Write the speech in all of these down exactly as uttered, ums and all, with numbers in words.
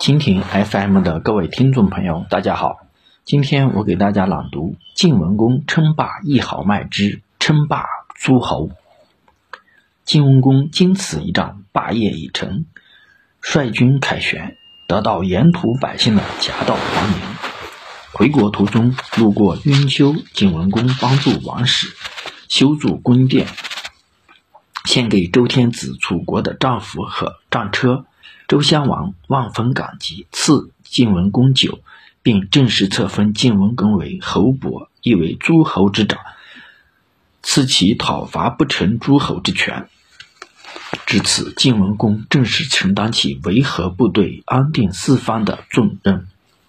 蜻蜓 F M 的各位听众朋友，大家好。今天我给大家朗读晋文公称霸一豪迈之称霸诸侯。晋文公经此一战，霸业已成，率军凯旋，得到沿途百姓的夹道欢迎。回国途中路过雍丘，晋文公帮助王室修筑宫殿，献给周天子楚国的战俘和战车。周襄王万分感激，赐晋文公酒，并正式册封晋文公为侯伯，意为诸侯之长，赐其讨伐不成诸侯之权。至此，晋文公正式承担起维和部队、安定四方的重任。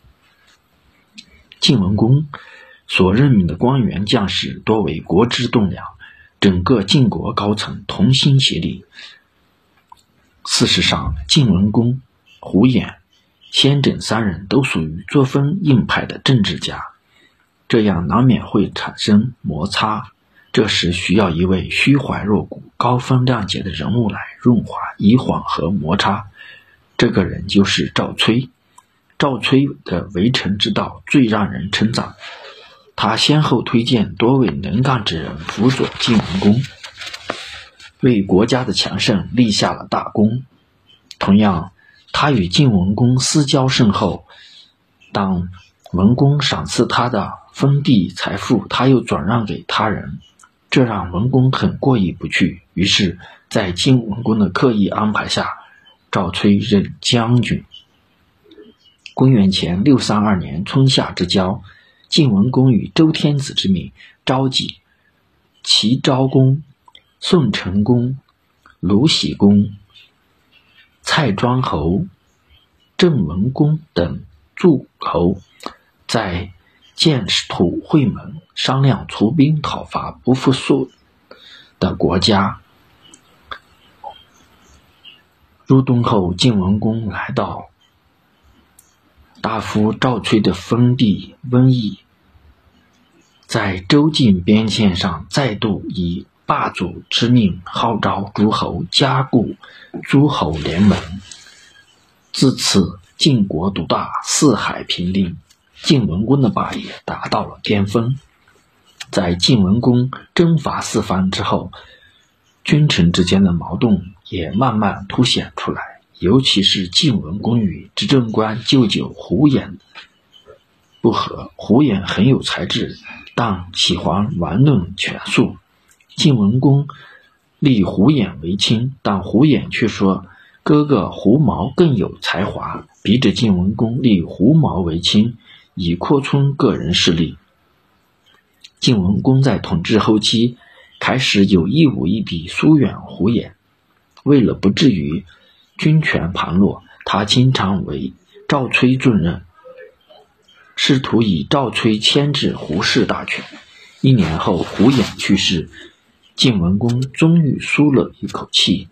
晋文公所任命的官员将士多为国之栋梁，整个晋国高层同心协力。事实上，晋文公、胡偃、先轸三人都属于作风硬派的政治家，这样难免会产生摩擦。这时需要一位虚怀若谷、高风亮节的人物来润滑，以缓和摩擦。这个人就是赵崔。赵崔的为臣之道最让人称赞，他先后推荐多位能干之人辅佐晋文公，为国家的强盛立下了大功。同样，他与晋文公私交甚厚，当文公赏赐他的封地财富，他又转让给他人，这让文公很过意不去。于是在晋文公的刻意安排下，赵崔任将军。公元前六三二年春夏之交，晋文公与周天子之命，召集齐昭公、宋成公、鲁喜公、蔡庄侯、郑文公等诸侯，在建土会盟，商量出兵讨伐不服输的国家。入冬后，晋文公来到大夫赵崔的封地温邑，在周晋边线上再度以霸主之命号召诸侯，加固诸侯联盟。自此，晋国独大，四海平定，晋文公的霸业达到了巅峰。在晋文公征伐四方之后，君臣之间的矛盾也慢慢凸显出来，尤其是晋文公与执政官舅舅胡偃不和。胡偃很有才智，但喜欢玩弄权术。晋文公立胡偃为卿，但胡偃却说哥哥胡毛更有才华，逼着晋文公立胡毛为卿，以扩充个人势力。晋文公在统治后期开始有意无意地疏远胡偃，为了不至于军权旁落，他经常为赵崔重任，试图以赵崔牵制胡氏大权。一年后，胡偃去世，晋文公终于舒了一口气。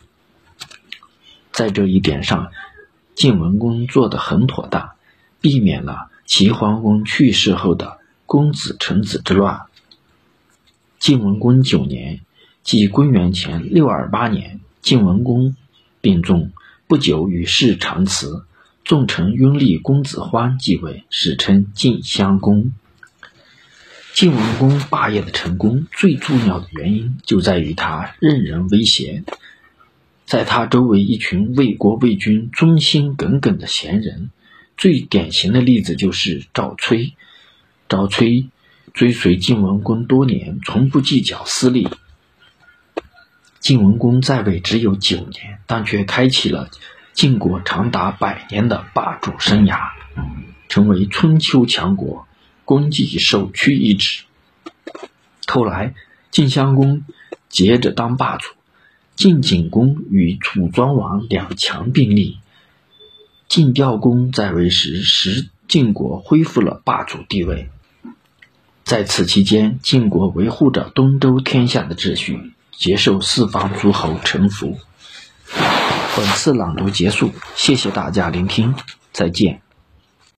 在这一点上，晋文公做得很妥当，避免了齐桓公去世后的公子臣子之乱。晋文公九年，即公元前六二八年，晋文公病重，不久与世长辞，重臣拥立公子欢继位，史称晋襄公。晋文公霸业的成功，最重要的原因就在于他任人唯贤，在他周围一群为国为君、忠心耿耿的贤人。最典型的例子就是赵崔。赵崔追随晋文公多年，从不计较私利。晋文公在位只有九年，但却开启了晋国长达百年的霸主生涯，成为春秋强国，功绩首屈一指。后来晋襄公接着当霸主，晋景公与楚庄王两强并立。晋悼公在位时，使晋国恢复了霸主地位。在此期间，晋国维护着东周天下的秩序，接受四方诸侯臣服。本次朗读结束，谢谢大家聆听，再见。